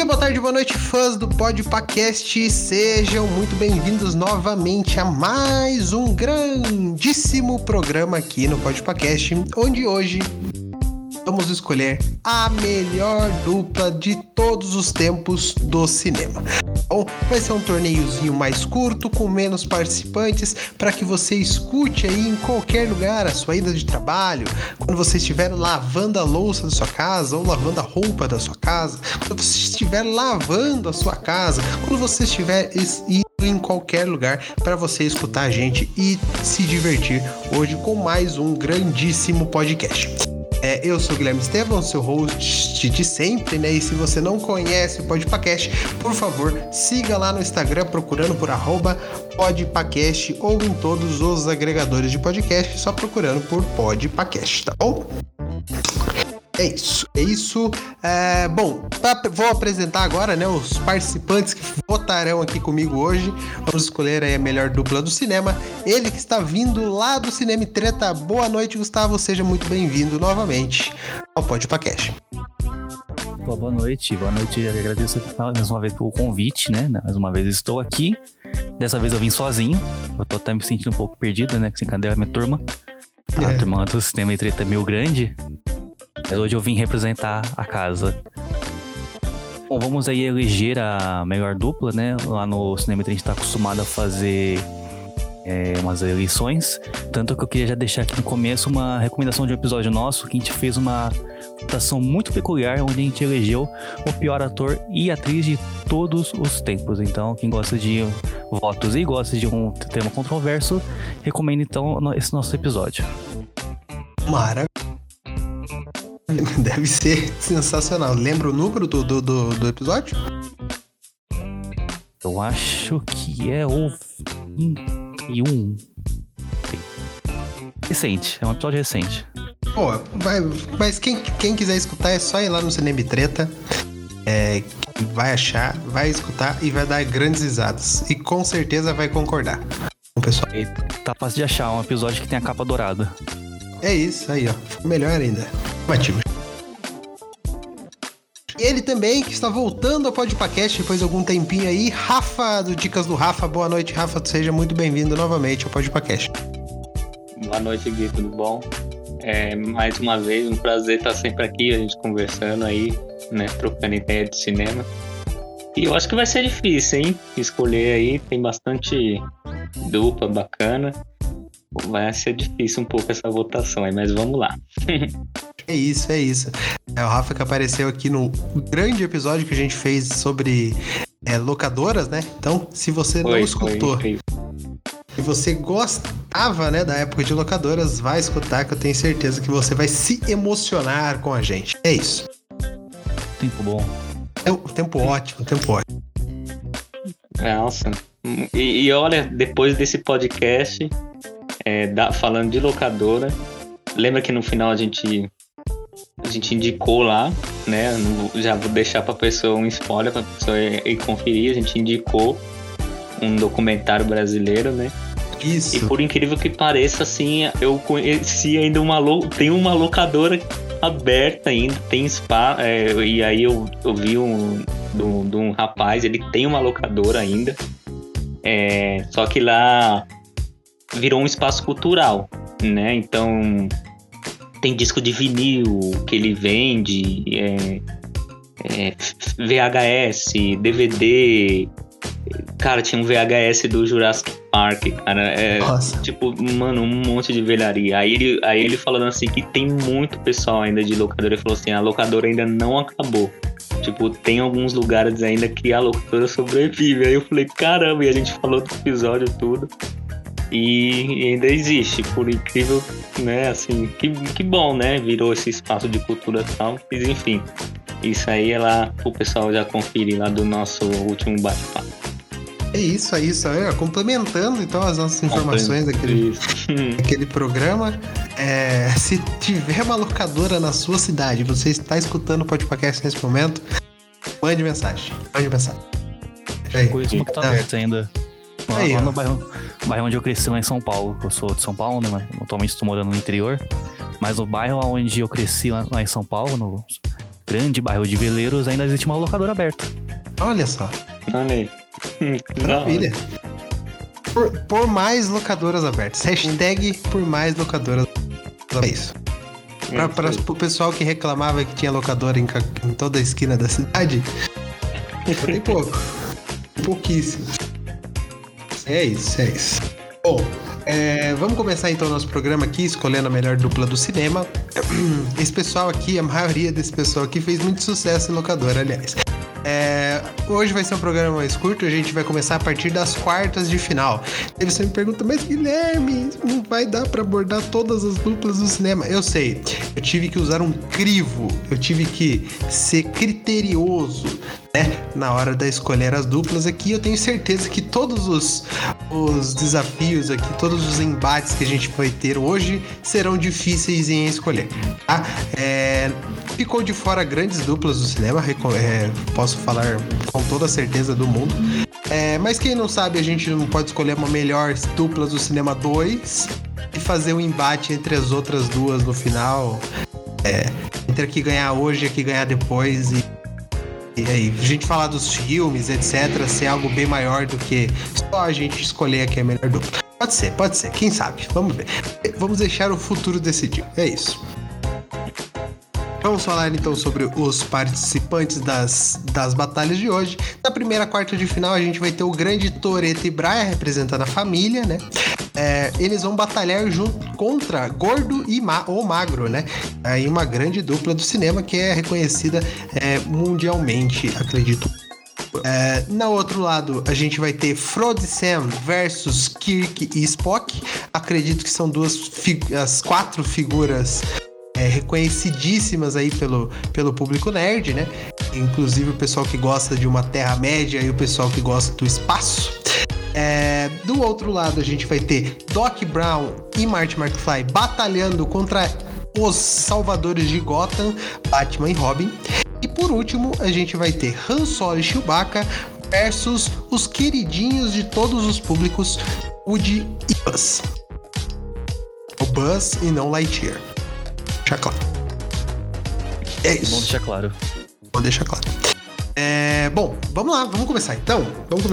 dia, boa tarde, boa noite, fãs do PodPacast. Sejam muito bem-vindos novamente a mais um grandíssimo programa aqui no PodPacast, onde hoje vamos escolher a melhor dupla de todos os tempos do cinema. Bom, vai ser um torneiozinho mais curto, com menos participantes, para que você escute aí em qualquer lugar, a sua ida de trabalho, quando você estiver lavando a louça da sua casa, ou lavando a roupa da sua casa, quando você estiver lavando a sua casa, quando você estiver indo em qualquer lugar, para você escutar a gente e se divertir hoje com mais um grandíssimo podcast. Eu sou o Guilherme Estevam, seu host de sempre, né? E se você não conhece o PodPacast, por favor, siga lá no Instagram procurando por @PodPacast ou em todos os agregadores de podcast, só procurando por PodPacast, tá bom? É isso. Bom, vou apresentar agora, né, os participantes que votarão aqui comigo hoje. Vamos escolher aí a melhor dupla do cinema. Ele que está vindo lá do Cinema e Treta. Boa noite, Gustavo. Seja muito bem-vindo novamente ao PodPacast. Boa noite. Eu agradeço mais uma vez pelo convite, né? Mais uma vez estou aqui. Dessa vez eu vim sozinho. Eu tô até me sentindo um pouco perdido, né? Que cadê a minha turma? A turma do Cinema e Treta é meio grande. Mas hoje eu vim representar a casa. Bom, vamos aí eleger a melhor dupla, né? Lá no Cinema a gente tá acostumado a fazer umas eleições. Tanto que eu queria já deixar aqui no começo uma recomendação de um episódio nosso, que a gente fez uma votação muito peculiar, onde a gente elegeu o pior ator e atriz de todos os tempos. Então, quem gosta de votos e gosta de um tema controverso, recomendo então esse nosso episódio. Maravilha. Deve ser sensacional. Lembra o número do episódio? Eu acho que é o 21. Recente, é um episódio recente. Pô, mas quem quiser escutar é só ir lá no Cinema e Treta. Vai achar, vai escutar e vai dar grandes risadas. E com certeza vai concordar com o pessoal. E tá fácil de achar, um episódio que tem a capa dourada. É isso aí, ó. Melhor ainda. Motivo. Ele também, que está voltando ao PodPacast depois de algum tempinho aí, Rafa, do Dicas do Rafa. Boa noite, Rafa. Seja muito bem-vindo novamente ao PodPacast. Boa noite, Gui. Tudo bom? Mais uma vez, um prazer estar sempre aqui, a gente conversando aí, né? Trocando ideia de cinema. E eu acho que vai ser difícil, hein? Escolher aí, tem bastante dupla bacana. Vai ser difícil um pouco essa votação aí, mas vamos lá. É isso. É o Rafa que apareceu aqui no grande episódio que a gente fez sobre locadoras, né? Então, se você não escutou e você gostava, né, da época de locadoras, vai escutar que eu tenho certeza que você vai se emocionar com a gente. É isso. Tempo bom. Tempo ótimo. Nossa. E olha, depois desse podcast... falando de locadora, lembra que no final a gente indicou lá, né? Já vou deixar pra pessoa um spoiler pra pessoa ir conferir. A gente indicou um documentário brasileiro, né? Isso. E por incrível que pareça, assim, eu conheci ainda tem uma locadora aberta ainda, tem spa, e aí eu vi de um rapaz, ele tem uma locadora ainda, só que lá virou um espaço cultural, né? Então tem disco de vinil que ele vende, VHS, DVD. Cara, tinha um VHS do Jurassic Park, cara. Tipo, mano, um monte de velharia. Aí ele falando assim que tem muito pessoal ainda de locadora. Ele falou assim, a locadora ainda não acabou. Tipo, tem alguns lugares ainda que a locadora sobrevive. Aí eu falei, caramba, e a gente falou do episódio tudo. E ainda existe, por incrível, né, assim, que bom, né, virou esse espaço de cultura e tal, mas enfim, isso aí é lá, o pessoal já conferir lá do nosso último bate-papo. É isso, complementando então as nossas informações daquele programa, se tiver uma locadora na sua cidade, você está escutando o PodPacast nesse momento, mande mensagem. Coisa que tá aberta ainda. Lá no bairro onde eu cresci, lá em São Paulo. Eu sou de São Paulo, né? Mas atualmente estou morando no interior. Mas o bairro onde eu cresci, lá em São Paulo, grande bairro de Veleiros ainda existe uma locadora aberta. Olha só. Olha aí. Maravilha. Por mais locadoras abertas. Hashtag por mais locadoras abertas. É isso. Para o pessoal que reclamava que tinha locadora em toda a esquina da cidade, tem pouco. Pouquíssimo. É isso. Bom, vamos começar então o nosso programa aqui, escolhendo a melhor dupla do cinema. Esse pessoal aqui, a maioria desse pessoal aqui fez muito sucesso em locadora, aliás. Hoje vai ser um programa mais curto, a gente vai começar a partir das quartas de final. Aí você me pergunta, mas Guilherme, não vai dar pra abordar todas as duplas do cinema? Eu sei, eu tive que usar um crivo, eu tive que ser criterioso, né, na hora de escolher as duplas aqui. Eu tenho certeza que todos os desafios aqui, todos os embates que a gente vai ter hoje serão difíceis em escolher, tá? Ficou de fora grandes duplas do cinema, posso falar com toda a certeza do mundo. Mas quem não sabe, a gente não pode escolher uma melhor dupla do cinema 2 e fazer um embate entre as outras duas no final. Entre a que ganhar hoje e a que ganhar depois. E aí, a gente falar dos filmes, etc., ser algo bem maior do que só a gente escolher aqui a melhor dupla. Pode ser, quem sabe? Vamos ver. Vamos deixar o futuro decidir. É isso. Vamos falar então sobre os participantes das batalhas de hoje. Na primeira quarta de final a gente vai ter o grande Toretto e Braia representando a família, né? Eles vão batalhar junto contra Gordo ou Magro, né? Aí uma grande dupla do cinema que é reconhecida mundialmente, acredito. No outro lado, a gente vai ter Frodo e Sam versus Kirk e Spock. Acredito que são as 4 figuras reconhecidíssimas aí pelo público nerd, né? Inclusive o pessoal que gosta de uma Terra-média e o pessoal que gosta do espaço. Do outro lado, a gente vai ter Doc Brown e Marty McFly batalhando contra os salvadores de Gotham, Batman e Robin. E por último, a gente vai ter Han Solo e Chewbacca versus os queridinhos de todos os públicos, Woody e Buzz. O Buzz e não Lightyear. Deixar claro. É isso. Vou deixar claro. Bom, vamos lá, vamos começar então.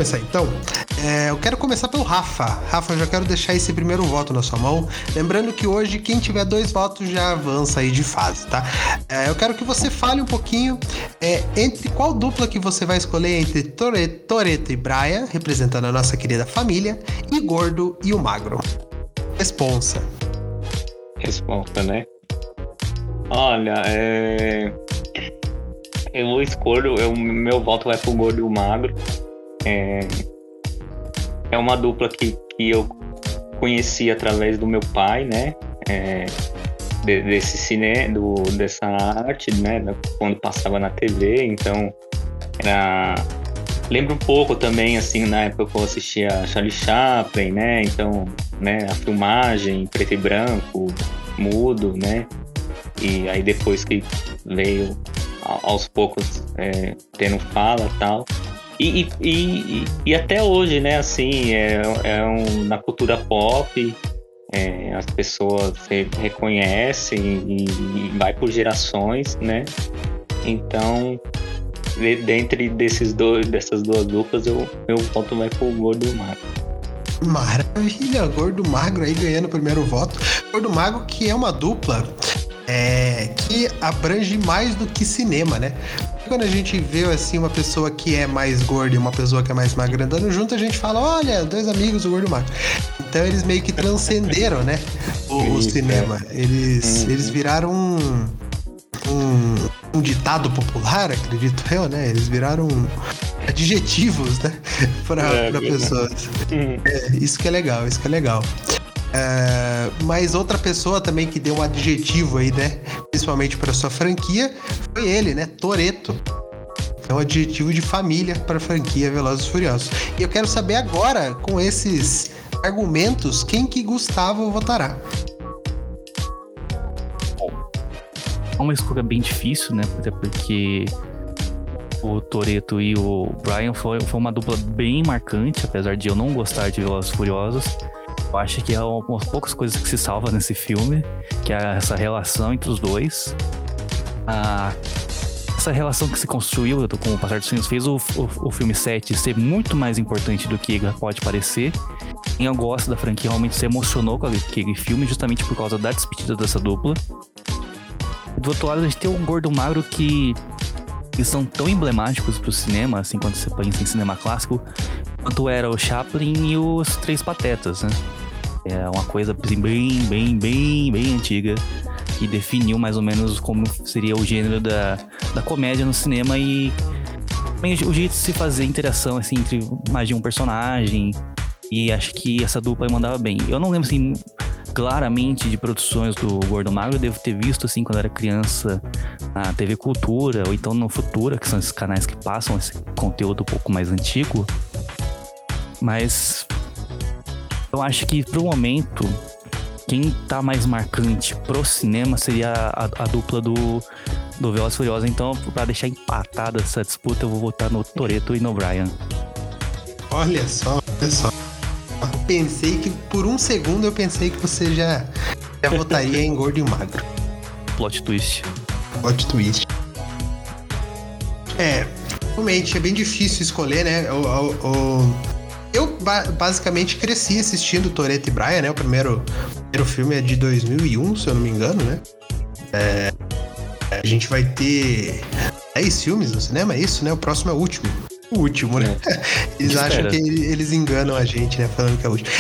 Eu quero começar pelo Rafa. Rafa, eu já quero deixar esse primeiro voto na sua mão. Lembrando que hoje, quem tiver 2 votos já avança aí de fase, tá? Eu quero que você fale um pouquinho entre qual dupla que você vai escolher entre Toretto e Braia, representando a nossa querida família, e Gordo e o Magro. Responsa, né? Olha, eu escolho, meu voto vai pro Gordo e o Magro. É uma dupla que eu conheci através do meu pai, né? Desse cinema, dessa arte, né? Quando passava na TV, então lembro um pouco também, assim, na época que eu assistia Charlie Chaplin, né? Então, né? A filmagem preto e branco, mudo, né? E aí depois que veio aos poucos tendo fala e tal. E até hoje, né, assim, na cultura pop, as pessoas reconhecem e vai por gerações, né? Então, dentre dessas duas duplas, meu voto vai pro Gordo e o Magro. Maravilha, Gordo Magro aí ganhando o primeiro voto. Gordo Magro, que é uma dupla que abrange mais do que cinema, né? Quando a gente vê assim uma pessoa que é mais gorda e uma pessoa que é mais magra andando junto, a gente fala, olha, 2 amigos, o Gordo e o Magro. Então eles meio que transcenderam, né, o cinema. Eles viraram um ditado popular, acredito eu, né? Eles viraram adjetivos, né? para pessoas. Isso que é legal. Mas outra pessoa também que deu um adjetivo aí, né? Principalmente para sua franquia, foi ele, né? Toretto. É um adjetivo de família para a franquia Velozes e Furiosos. E eu quero saber agora, com esses argumentos, quem que Gustavo votará. É uma escolha bem difícil, né? Até porque o Toretto e o Brian foi uma dupla bem marcante, apesar de eu não gostar de Velozes e Furiosos. Eu acho que é umas poucas coisas que se salvam nesse filme, que é essa relação entre os dois. A essa relação que se construiu com o passar dos filmes fez o filme 7 ser muito mais importante do que pode parecer. Quem eu gosto da franquia realmente se emocionou com aquele filme justamente por causa da despedida dessa dupla. Do outro lado, a gente tem um Gordo Magro que eles são tão emblemáticos pro cinema, assim, quando você pensa em cinema clássico, quanto era o Chaplin e os Três Patetas, né? É uma coisa assim, bem antiga, que definiu mais ou menos como seria o gênero da comédia no cinema e o jeito de se fazer interação assim, entre mais de um personagem. E acho que essa dupla mandava bem. Eu não lembro assim claramente de produções do Gordo Magro, eu devo ter visto assim quando era criança na TV Cultura ou então no Futura, que são esses canais que passam esse conteúdo um pouco mais antigo. Mas eu acho que pro momento quem tá mais marcante pro cinema seria a dupla do Velozes e Furiosos. Então, pra deixar empatada essa disputa, eu vou votar no Toretto e no Brian. Olha só. Pensei que, por um segundo, eu pensei que você já votaria em Gordo e Magro. Plot twist. Realmente, é bem difícil escolher, né? Eu basicamente cresci assistindo Toretto e Brian, né? O primeiro filme é de 2001, se eu não me engano, né? A gente vai ter 10 filmes no cinema, é isso, né? O próximo é o último. O último, né? Eles acham que eles enganam a gente, né? Falando que é o último.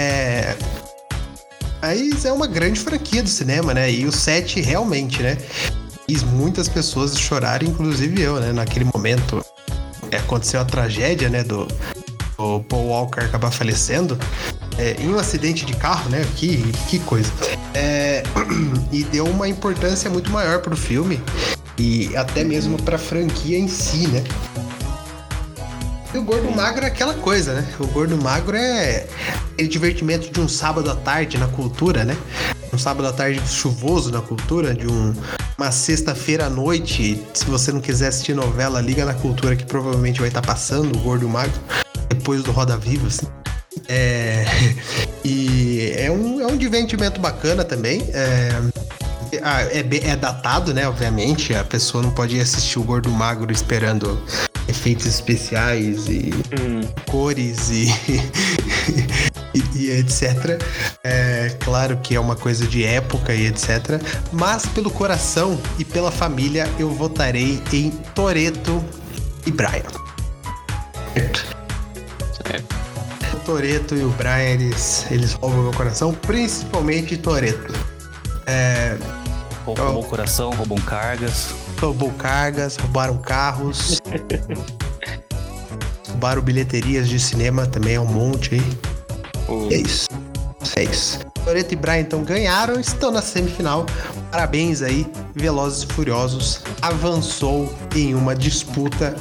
Mas é uma grande franquia do cinema, né? E o 7 realmente, né? Fiz muitas pessoas chorarem, inclusive eu, né? Naquele momento aconteceu a tragédia, né? Do Paul Walker acabar falecendo em um acidente de carro, né? Que coisa. E deu uma importância muito maior pro filme e até mesmo pra franquia em si, né? E o Gordo Magro é aquela coisa, né? O Gordo Magro é aquele divertimento de um sábado à tarde na cultura, né? Um sábado à tarde chuvoso na cultura, de uma sexta-feira à noite. Se você não quiser assistir novela, liga na cultura que provavelmente vai estar passando o Gordo Magro depois do Roda Viva, assim. E é um divertimento bacana também. É datado, né? Obviamente, a pessoa não pode ir assistir o Gordo Magro esperando efeitos especiais e cores e etc. Claro que é uma coisa de época e etc. Mas pelo coração e pela família eu votarei em Toretto e Brian. O Toretto e o Brian, eles roubam meu coração, principalmente Toretto. Roubou o coração, roubam cargas. Roubaram carros. Roubaram bilheterias de cinema também, é um monte aí. É isso. Toretto e Brian então ganharam, estão na semifinal. Parabéns aí, Velozes e Furiosos avançou em uma disputa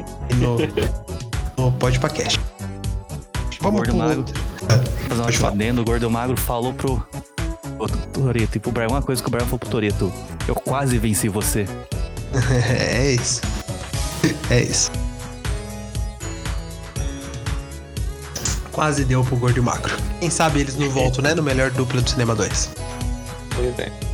no podcast. Vamos pro outro. Fazer um adendo, o Gordo Magro falou pro Toretto e pro Brian uma coisa que o Brian falou pro Toretto: eu quase venci você. É isso. Quase deu pro Gordo e Magro. Quem sabe eles não voltam, né? No melhor dupla do cinema 2. Pois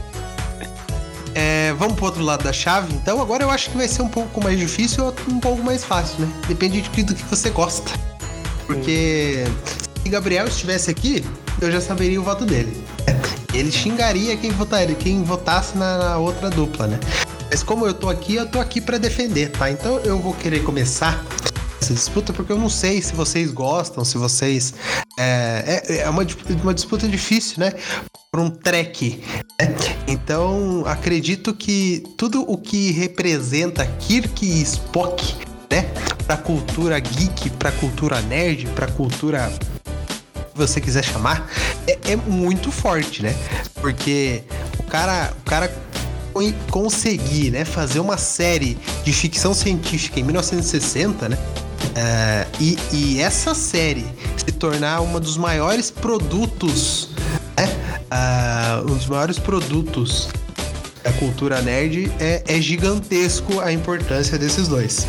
vamos pro outro lado da chave. Então agora eu acho que vai ser um pouco mais difícil ou um pouco mais fácil, né? Depende do que você gosta. Porque se Gabriel estivesse aqui, eu já saberia o voto dele. Ele xingaria quem votasse na outra dupla, né? Mas como eu tô aqui pra defender, tá? Então eu vou querer começar essa disputa porque eu não sei se vocês gostam, se vocês... É uma disputa difícil, né? Por um track, né? Então acredito que tudo o que representa Kirk e Spock, né? Pra cultura geek, pra cultura nerd, pra cultura... que você quiser chamar, é muito forte, né? Porque o cara conseguir, né, fazer uma série de ficção científica em 1960, né? E essa série se tornar um dos maiores produtos, né? Um dos maiores produtos da cultura nerd, é gigantesco a importância desses dois.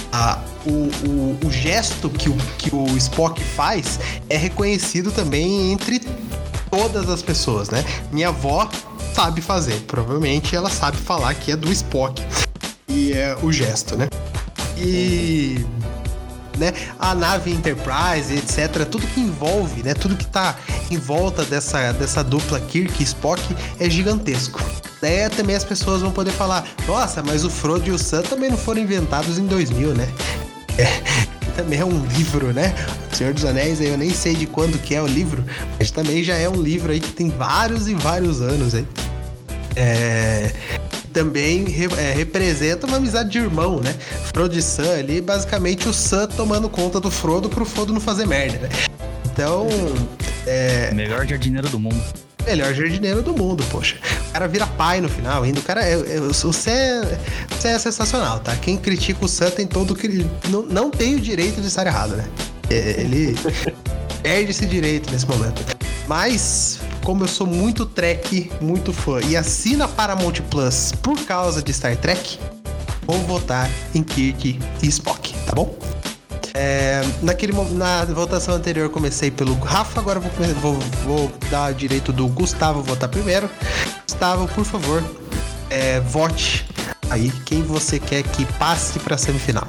O gesto que o Spock faz é reconhecido também entre todas as pessoas, né? Minha avó sabe fazer, provavelmente ela sabe falar que é do Spock. E é o gesto, né? E... né, a nave Enterprise, etc, tudo que envolve, né, tudo que tá em volta dessa dupla Kirk e Spock é gigantesco. Daí também as pessoas vão poder falar, nossa, mas o Frodo e o Sam também não foram inventados em 2000, né? Também é um livro, né? O Senhor dos Anéis, eu nem sei de quando que é o livro, mas também já é um livro aí que tem vários e vários anos aí. Também representa uma amizade de irmão, né? Frodo e Sam ali, basicamente o Sam tomando conta do Frodo pro Frodo não fazer merda, né? Então... melhor jardineiro do mundo. Melhor jardineiro do mundo, poxa. O cara vira pai no final ainda. O cara o Sam é sensacional, tá? Quem critica o Sam tem todo... Não tem o direito de estar errado, né? Ele perde esse direito nesse momento. Mas... como eu sou muito Trek, muito fã, e assino a Paramount Plus por causa de Star Trek, vou votar em Kirk e Spock, tá bom? Na votação anterior eu comecei pelo Rafa, agora vou dar o direito do Gustavo votar primeiro. Gustavo, por favor, vote aí quem você quer que passe pra semifinal.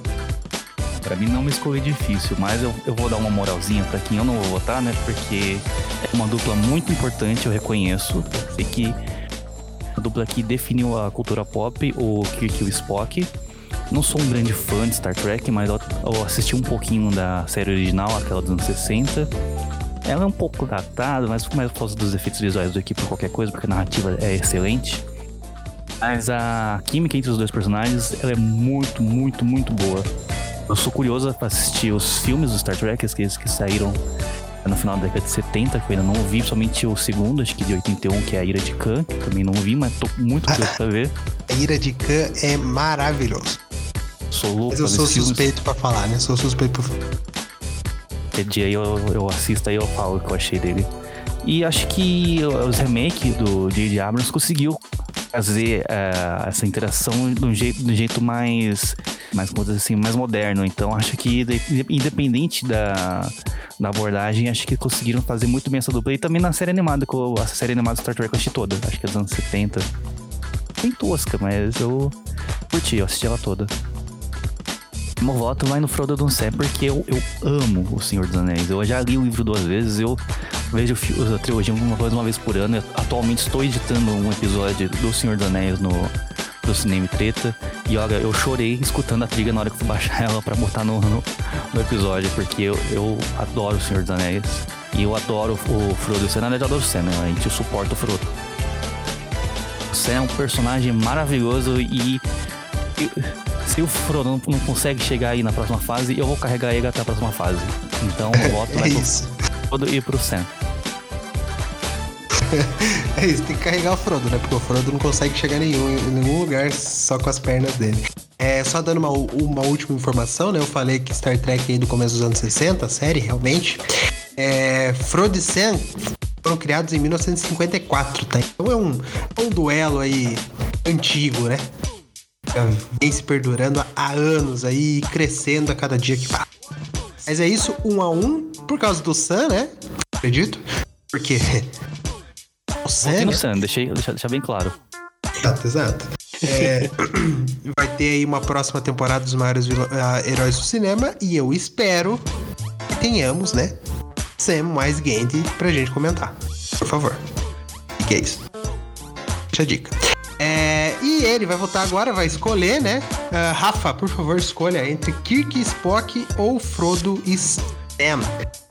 Pra mim não me escolher difícil, mas eu vou dar uma moralzinha pra quem eu não vou votar, né? Porque é uma dupla muito importante, eu reconheço. Sei que a dupla aqui definiu a cultura pop, o Kirk e o Spock. Não sou um grande fã de Star Trek, mas eu assisti um pouquinho da série original, aquela dos anos 60. Ela é um pouco datada, mas mais por causa dos efeitos visuais do que por qualquer coisa, porque a narrativa é excelente. Mas a química entre os dois personagens, ela é muito, muito, muito boa. Eu sou curioso pra assistir os filmes do Star Trek, aqueles que saíram no final da década de 70, que eu ainda não vi, somente o segundo, acho que de 81, que é a Ira de Khan, que eu também não vi, mas tô muito curioso pra ver. A Ira de Khan é maravilhoso. Sou louco. Mas eu sou suspeito pra falar, né? Sou suspeito pra falar. Que dia eu assisto aí eu falo o que eu achei dele. E acho que os remakes do J.J. Abrams conseguiu fazer essa interação de um jeito mais como dizer assim, mais moderno. Então acho que independente da abordagem, acho que conseguiram fazer muito bem essa dupla. E também na série animada, a série animada do Star Trek eu assisti toda, acho que é dos anos 70. Bem tosca, mas eu curti, eu assisti ela toda. Meu voto vai no Frodo e Sam, porque eu amo O Senhor dos Anéis. Eu já li o livro 2 vezes, eu vejo a trilogia uma vez por ano. Eu atualmente estou editando um episódio do Senhor dos Anéis pro Cinema e Treta. E olha, eu chorei escutando a trilha na hora que fui baixar ela pra botar no episódio, porque eu adoro O Senhor dos Anéis. E eu adoro o Frodo e o Sam. Na verdade, eu adoro o Sam, né? A gente suporta o Frodo. O Sam é um personagem maravilhoso e se o Frodo não consegue chegar aí na próxima fase, eu vou carregar ele até a próxima fase. Então o voto vai pro Frodo e pro Sam. É isso, tem que carregar o Frodo, né? Porque o Frodo não consegue chegar em nenhum lugar só com as pernas dele. Só dando uma última informação, né? Eu falei que Star Trek aí do começo dos anos 60, a série, realmente. Frodo e Sam foram criados em 1954, tá? Então é um duelo aí antigo, né? Vem se perdurando há anos aí, crescendo a cada dia que passa. Mas é isso, 1-1, por causa do Sam, né? Acredito. Porque o Sam... no Sam, deixar bem claro. Exato. Vai ter aí uma próxima temporada dos maiores heróis do cinema e eu espero que tenhamos, né? Sam mais Gandhi pra gente comentar. Por favor. Que é isso? Deixa a dica. E ele vai votar agora, vai escolher, né? Rafa, por favor, escolha entre Kirk e Spock ou Frodo e Sam.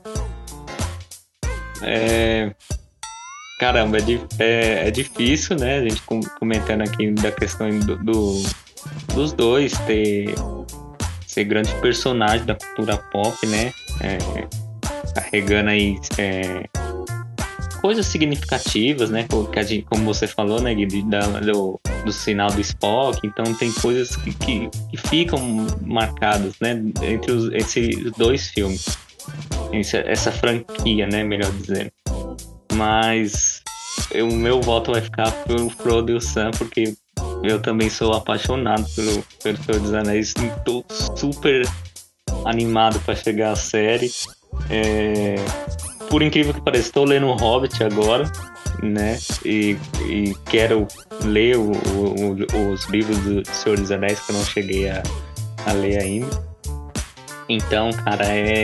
Caramba, é difícil, né? A gente comentando aqui da questão dos dois ser grande personagem da cultura pop, né? Carregando aí coisas significativas, né? Como você falou, né, Gui, do sinal do Spock. Então tem coisas que ficam marcadas, né? Entre esses dois filmes. Essa franquia, né? Melhor dizendo. Mas o meu voto vai ficar pelo Frodo e o Sam, porque eu também sou apaixonado pelo Senhor dos Anéis. Estou super animado para chegar à série. por incrível que pareça, estou lendo o Hobbit agora, né? E quero ler os livros do Senhor dos Anéis, que eu não cheguei a ler ainda. Então, cara,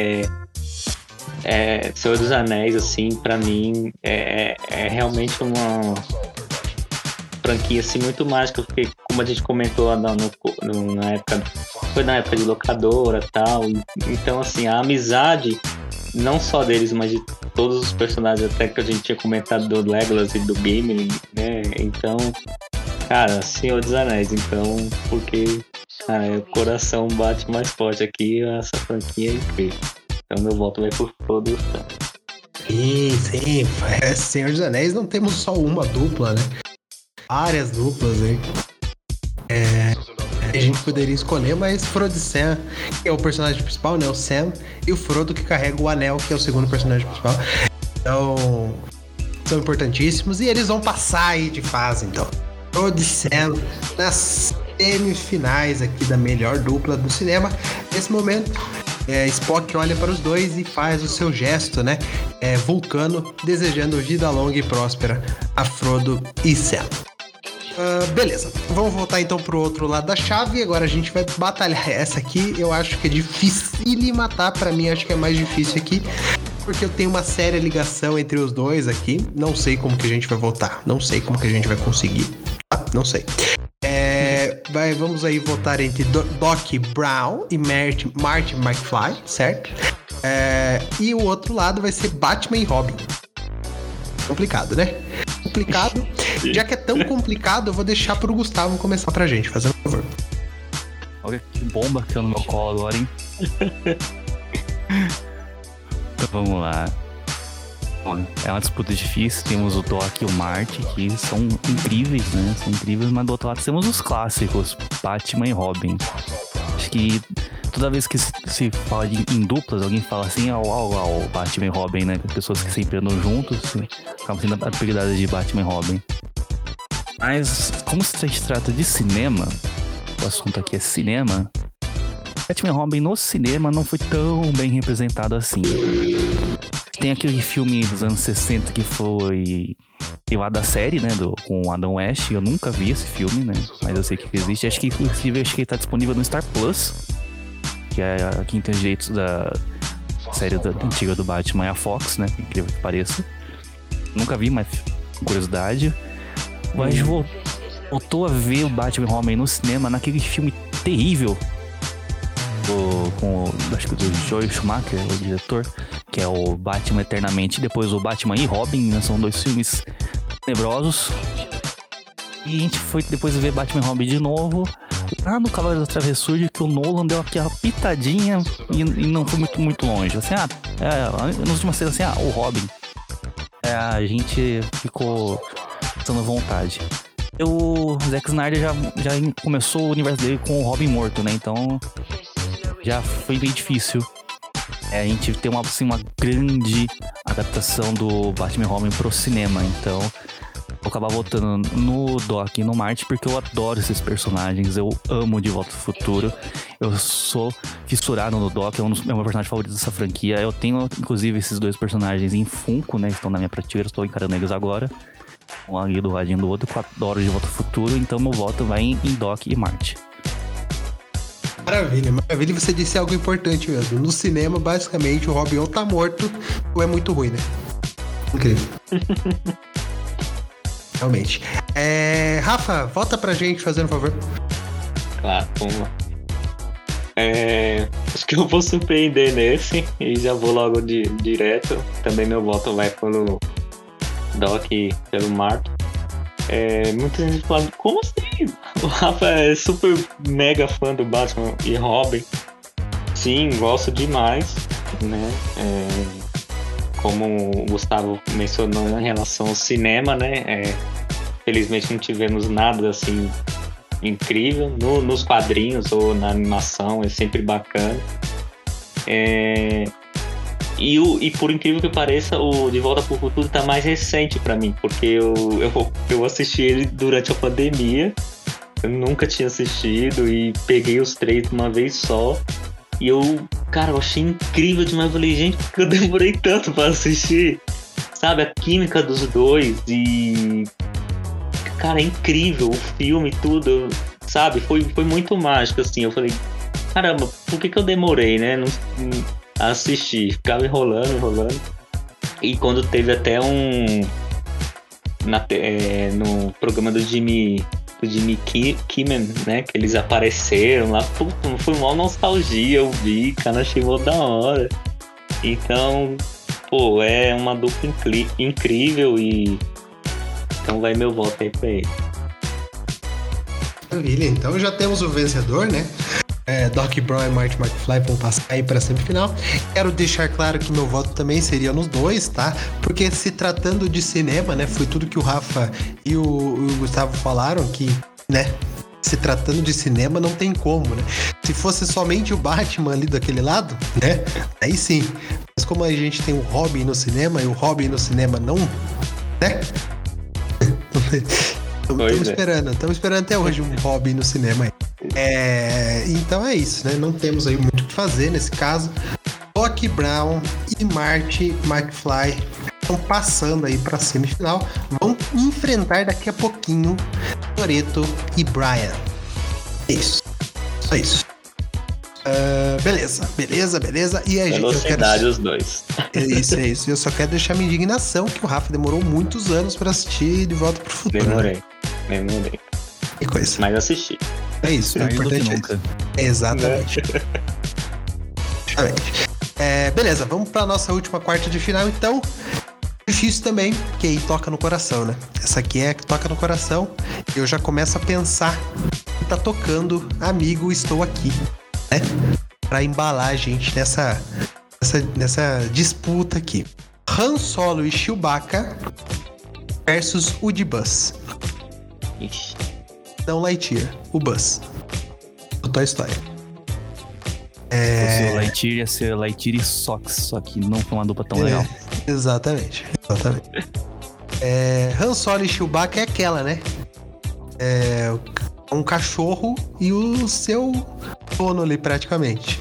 Senhor dos Anéis, assim, pra mim, é realmente uma franquia, assim, muito mágica, porque, como a gente comentou na época, foi na época de locadora e tal, então, assim, a amizade, não só deles, mas de todos os personagens, até que a gente tinha comentado do Legolas e do Gimli, né, então, cara, Senhor dos Anéis, então, porque, cara, o coração bate mais forte aqui, essa franquia é incrível. Então meu voto vai por Frodo. Sim, Senhor dos Anéis não temos só uma dupla, né? Várias duplas aí. A gente poderia escolher, mas Frodo e Sam, que é o personagem principal, né? O Sam, e o Frodo que carrega o anel, que é o segundo personagem principal. Então, são importantíssimos e eles vão passar aí de fase, então. Frodo e Sam nas semifinais aqui da melhor dupla do cinema. Nesse momento, Spock olha para os dois e faz o seu gesto, né? Vulcano, desejando vida longa e próspera a Frodo e Sam. Beleza, vamos voltar então pro outro lado da chave. Agora a gente vai batalhar essa aqui. Eu acho que é difícil de matar. Pra mim, acho que é mais difícil aqui, porque eu tenho uma séria ligação entre os dois aqui. Não sei como que a gente vai votar. Não sei como que a gente vai conseguir. Não sei. Vamos aí votar entre Doc Brown e Marty McFly, certo? E o outro lado vai ser Batman e Robin. Complicado, né? Complicado. Já que é tão complicado, eu vou deixar pro Gustavo começar pra gente, fazendo um favor. Olha que bomba que eu no meu colo agora, hein? Então vamos lá. Bom, é uma disputa difícil. Temos o Doc e o Marty, que são incríveis, né? São incríveis, mas do outro lado temos os clássicos, Batman e Robin. Acho que toda vez que se fala em duplas, alguém fala assim, o Batman e Robin, né? Pessoas que sempre andam juntos, acabam sendo apelidadas de Batman e Robin. Mas, como se trata de cinema, o assunto aqui é cinema, Batman e Robin no cinema não foi tão bem representado assim. Tem aquele filme dos anos 60 que foi derivado da série, né, com o Adam West. Eu nunca vi esse filme, né, mas eu sei que existe. Acho que, inclusive, ele tá disponível no Star Plus, que é quem tem direitos da série antiga do Batman, é a Fox, né, incrível que pareça. Nunca vi, mas curiosidade. Mas voltou a ver o Batman e Robin no cinema naquele filme terrível acho que do Joel Schumacher, o diretor, que é o Batman Eternamente, depois o Batman e Robin, né? São dois filmes tenebrosos. E a gente foi depois ver Batman e Robin de novo, lá no Cavaleiro da Travessura, que o Nolan deu aquela pitadinha e não foi muito longe. Assim, nas últimas cenas, assim, o Robin. A gente ficou passando vontade. O Zack Snyder já começou o universo dele com o Robin morto, né? Então já foi bem difícil a gente ter uma grande adaptação do Batman e Robin pro cinema. Então vou acabar votando no Doc e no Marty, porque eu adoro esses personagens. Eu amo De Volta ao Futuro. Eu sou fissurado no Doc, é um dos meus personagens favoritos dessa franquia. Eu tenho, inclusive, esses dois personagens em Funko, né? Estão na minha prateleira, estou encarando eles agora. Um ali do ladinho do outro, eu adoro De Volta ao Futuro. Então meu voto vai em Doc e Marty. Maravilha. E você disse algo importante mesmo. No cinema, basicamente, o Robin ou tá morto ou é muito ruim, né? Incrível. Realmente. Rafa, volta pra gente, fazendo um favor. Claro, vamos lá. Acho que eu vou surpreender nesse e já vou logo direto. Também meu voto vai pelo Doc e pelo Marty. Muita gente fala, como assim? O Rafa é super mega fã do Batman e Robin. Sim, gosto demais, né? Como o Gustavo mencionou em relação ao cinema, né? Felizmente não tivemos nada assim incrível nos quadrinhos ou na animação, é sempre bacana. E por incrível que pareça, o De Volta pro Futuro tá mais recente pra mim, porque eu assisti ele durante a pandemia. Eu nunca tinha assistido e peguei os três de uma vez só. E eu cara, eu achei incrível demais. Eu falei, gente, por que eu demorei tanto pra assistir? Sabe, a química dos dois e... Cara, é incrível o filme e tudo, sabe? Foi muito mágico, assim. Eu falei, caramba, por que eu demorei, né? A assistir. Ficava enrolando. E quando teve até no programa do Jimmy Kimmel, né? Que eles apareceram lá. Puta, foi uma nostalgia, eu vi, cara, achei mó da hora. Então, pô, é uma dupla incrível e... Então vai meu voto aí pra ele. Maravilha, então já temos o vencedor, né? Doc Brown e Marty McFly vão passar aí pra semifinal. Quero deixar claro que meu voto também seria nos dois, tá? Porque se tratando de cinema, né? Foi tudo que o Rafa e o Gustavo falaram, que, né? Se tratando de cinema, não tem como, né? Se fosse somente o Batman ali daquele lado, né? Aí sim. Mas como a gente tem o Robin no cinema e o Robin no cinema não, né? Estamos esperando até hoje um Robin no cinema aí. Então é isso, né? Não temos aí muito o que fazer nesse caso. Doc Brown e Marty McFly estão passando aí pra semifinal. Vão enfrentar daqui a pouquinho Toretto e Brian. É isso. Só isso. Beleza. E a velocidade os dois. É isso. Eu só quero deixar minha indignação que o Rafa demorou muitos anos pra assistir De Volta pro Futuro. Demorei. Que coisa. Mas assisti. É isso, o importante é isso. Exatamente. Beleza, vamos pra nossa última quarta de final, então. Difícil também, que aí toca no coração, né? Essa aqui é que toca no coração. Eu já começo a pensar que tá tocando Amigo, Estou Aqui, né? Pra embalar a gente nessa disputa aqui. Han Solo e Chewbacca versus Woody Buzz. Ixi. Não Lightyear, o Buzz. Do Toy Story. O Lightyear ia ser Lightyear e Sox, só que não foi uma dupla tão legal. Exatamente. Han Solo e Chewbacca é aquela, né? Um cachorro e o seu dono ali, praticamente.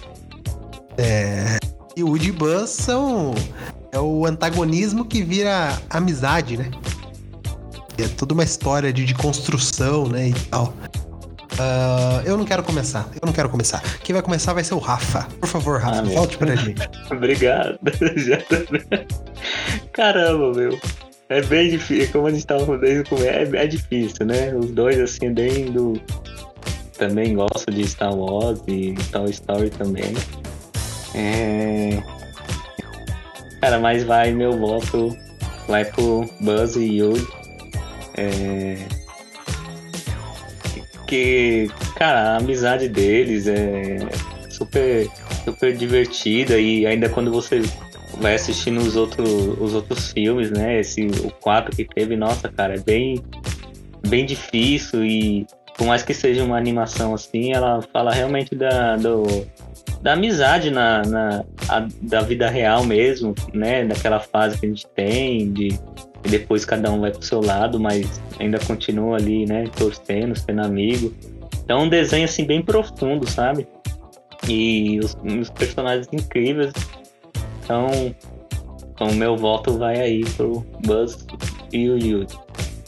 E o Woody e Buzz é o antagonismo que vira amizade, né? É toda uma história de construção, né, e tal. Eu não quero começar. Quem vai começar vai ser o Rafa. Por favor, Rafa, volte pra gente. Obrigado. Caramba, meu. É bem difícil. Como a gente tava falando desde o começo, é difícil, né? Os dois, assim, bem do... Também gosto de Star Wars e Toy Story também. Cara, mas meu voto vai pro Buzz e Woody. Que, cara, a amizade deles é super, super divertida e ainda quando você vai assistindo os outros filmes, né? O 4 que teve, nossa, cara, é bem, bem difícil e por mais que seja uma animação assim, ela fala realmente da amizade da vida real mesmo, né? Daquela fase que a gente tem e depois cada um vai pro seu lado, mas ainda continua ali, né, torcendo, sendo amigo. Então um desenho assim bem profundo, sabe? E os personagens incríveis. Então o meu voto vai aí pro Buzz e o Woody.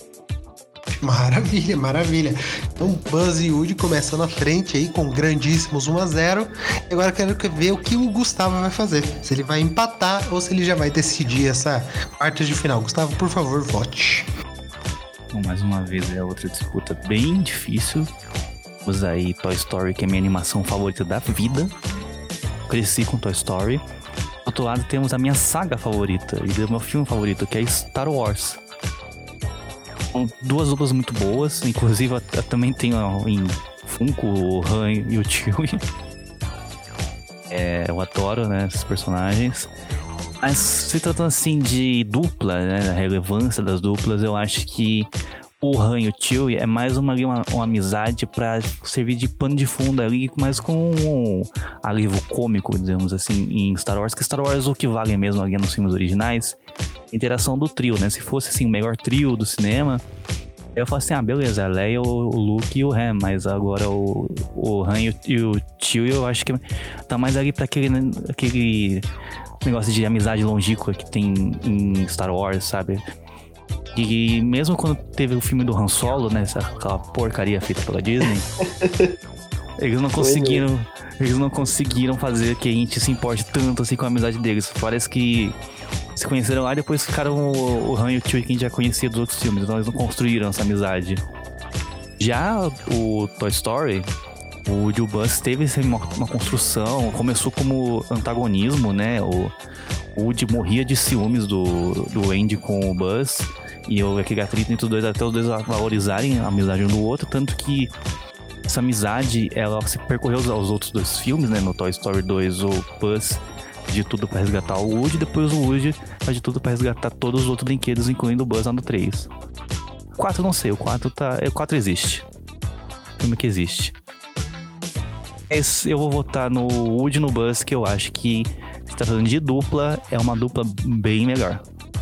Maravilha. Então Buzz e Woody começando à frente aí com grandíssimos 1-0. E agora eu quero ver o que o Gustavo vai fazer. Se ele vai empatar ou se ele já vai decidir essa quarta de final. Gustavo, por favor, vote. Bom, mais uma vez é outra disputa bem difícil. Vamos aí Toy Story, que é a minha animação favorita da vida. Cresci com Toy Story. Do outro lado temos a minha saga favorita e o meu filme favorito, que é Star Wars. São duas duplas muito boas, inclusive eu também tenho em Funko o Han e o Chewie. Eu adoro, né, esses personagens. Mas se tratando assim de dupla, né, da relevância das duplas, eu acho que o Han e o Chewie é mais uma amizade pra servir de pano de fundo ali, mas com um alívio cômico, digamos assim, em Star Wars. Que Star Wars o que vale mesmo ali nos filmes originais, a interação do trio, né? Se fosse assim o melhor trio do cinema, Eu falo assim, beleza, a Leia, o Luke e o Han, mas agora o Han e o Chewie, eu acho que tá mais ali pra aquele negócio de amizade longínqua que tem em Star Wars, sabe? E mesmo quando teve o filme do Han Solo, né, aquela porcaria feita pela Disney, eles não conseguiram fazer que a gente se importe tanto assim com a amizade deles. Parece que se conheceram lá e depois ficaram o Han e o Chewie que a gente já conhecia dos outros filmes, então eles não construíram essa amizade. Já o Toy Story, o Woody e o Buzz teve uma construção, começou como antagonismo, né? O Woody morria de ciúmes do Andy com o Buzz, e aquele atrito entre os dois, até os dois valorizarem a amizade um do outro, tanto que essa amizade, ela se percorreu aos outros dois filmes, né? No Toy Story 2, o Buzz de tudo pra resgatar o Woody, e depois o Woody faz de tudo pra resgatar todos os outros brinquedos, incluindo o Buzz lá no 3. O 4 não sei, o 4 existe. O filme que existe. Eu vou votar no Woody e no Buzz, que eu acho que, se tá falando de dupla, é uma dupla bem melhor.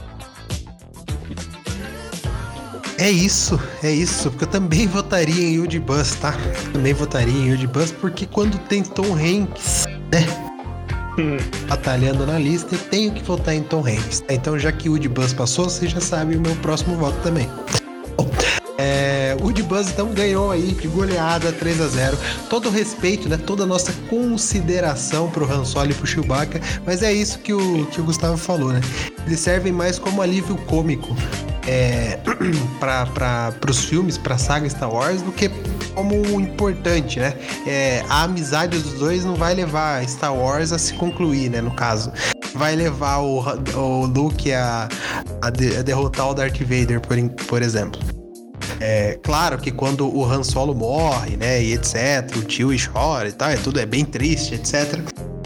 É isso, porque eu também votaria em Woody e Buzz, tá? Também votaria em Woody e Buzz, porque quando tem Tom Hanks, né? Batalhando na lista, eu tenho que votar em Tom Hanks. Então, já que o Woody Buzz passou, você já sabe o meu próximo voto também. Bom, o Woody Buzz então ganhou aí de goleada 3-0. Todo o respeito, né? Toda a nossa consideração pro Han Solo e pro Chewbacca, mas é isso que o Gustavo falou, né? Eles servem mais como alívio cômico para os filmes, para a saga Star Wars, do que como importante, né? A amizade dos dois não vai levar Star Wars a se concluir, né? No caso, vai levar o Luke a derrotar o Darth Vader, por exemplo. Claro que quando o Han Solo morre, né? E etc, o Chewie chora e tal, tudo é bem triste, etc.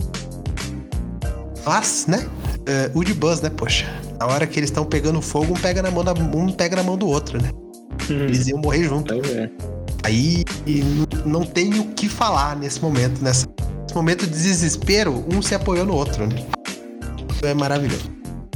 Mas, né? O de Buzz, né? Poxa, na hora que eles estão pegando fogo, um pega na mão do outro, né? Eles iam morrer junto. Aí não tem o que falar nesse momento, nesse momento de desespero, um se apoiou no outro, né? É maravilhoso.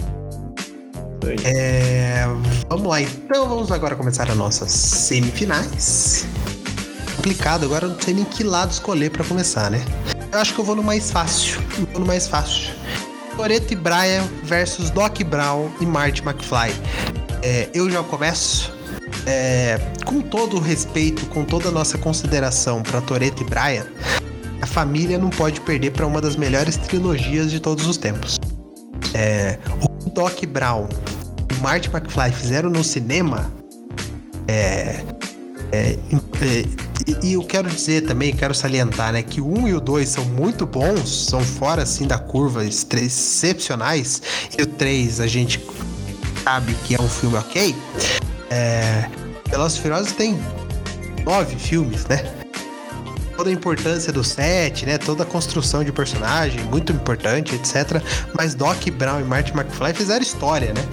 Vamos lá, então vamos agora começar as nossas semifinais. Complicado, agora eu não sei nem que lado escolher pra começar, né? Eu acho que eu vou no mais fácil. Toretto e Brian versus Doc Brown e Marty McFly. Eu já começo. Com todo o respeito, com toda a nossa consideração para Toretto e Brian, a família não pode perder para uma das melhores trilogias de todos os tempos. O que Doc Brown e Marty McFly fizeram no cinema e eu quero dizer também, quero salientar, né, que o 1 e o 2 são muito bons, são fora assim da curva, excepcionais, e o 3 a gente sabe que é um filme ok. Velozes e Furiosos tem 9 filmes, né? Toda a importância do set, né? Toda a construção de personagem, muito importante, etc. Mas Doc Brown e Marty McFly fizeram história, né?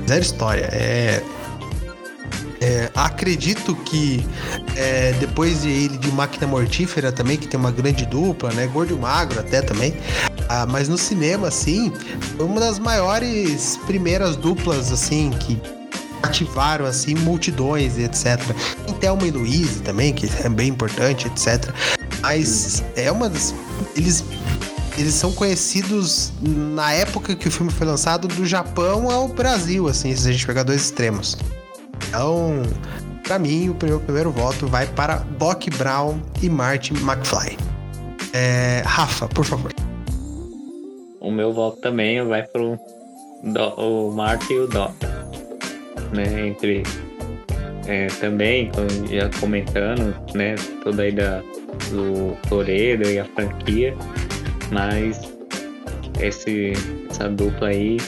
Acredito que depois de Máquina Mortífera também, que tem uma grande dupla, né? Gordo e Magro até também. Mas no cinema, assim, foi uma das maiores primeiras duplas, assim, que ativaram, assim, multidões e etc. Tem Thelma e Louise também, que é bem importante, etc. Mas eles são conhecidos na época que o filme foi lançado, do Japão ao Brasil, assim, se a gente pegar dois extremos. Então, pra mim, o primeiro voto vai para Doc Brown e Marty McFly. Rafa, por favor. O meu voto também vai pro o Marty e o Doc. Né, também, já comentando, né, toda aí do Toretto e a franquia, mas essa dupla aí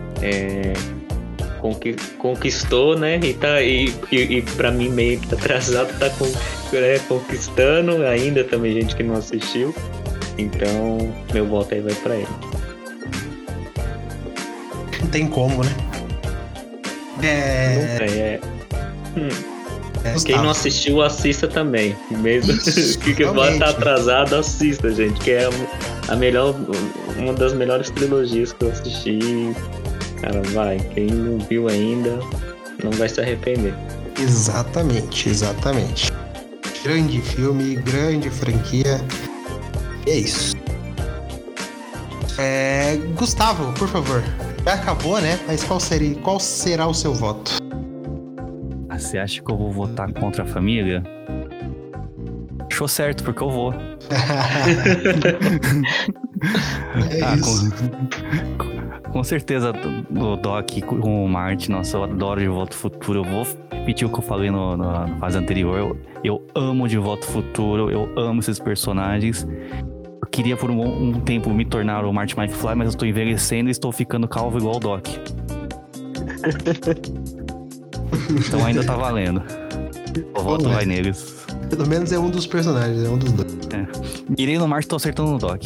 conquistou, né, e pra mim meio que tá atrasado, tá conquistando ainda também, gente que não assistiu, então meu voto aí vai pra ele. Não tem como, né? Quem não assistiu, assista também. Mesmo que vai estar atrasado, assista, gente. Que é uma das melhores trilogias que eu assisti. Cara, vai. Quem não viu ainda, não vai se arrepender. Exatamente. Grande filme, grande franquia. E é isso. Gustavo, por favor. Já acabou, né? Mas qual será o seu voto? Você acha que eu vou votar contra a família? Achou certo, porque eu vou. Isso. Com certeza, o Doc com o Martin, nossa, eu adoro De Volta ao Futuro. Eu vou repetir o que eu falei na fase anterior. Eu amo De Volta ao Futuro, eu amo esses personagens. Eu queria por um tempo me tornar o Martin McFly, mas eu estou envelhecendo e estou ficando calvo igual o Doc. Então ainda tá valendo. O voto vai neles. Pelo menos é um dos personagens, é um dos dois. Irei no Martin, tô acertando no Doc.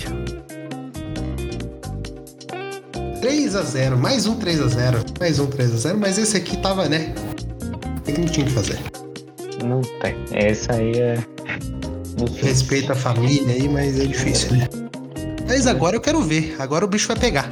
3-0, mais um 3-0, mas esse aqui tava, né? O que não tinha que fazer? Não tem. Essa aí é... Respeita a família aí, mas é difícil, né? Mas agora eu quero ver. Agora o bicho vai pegar.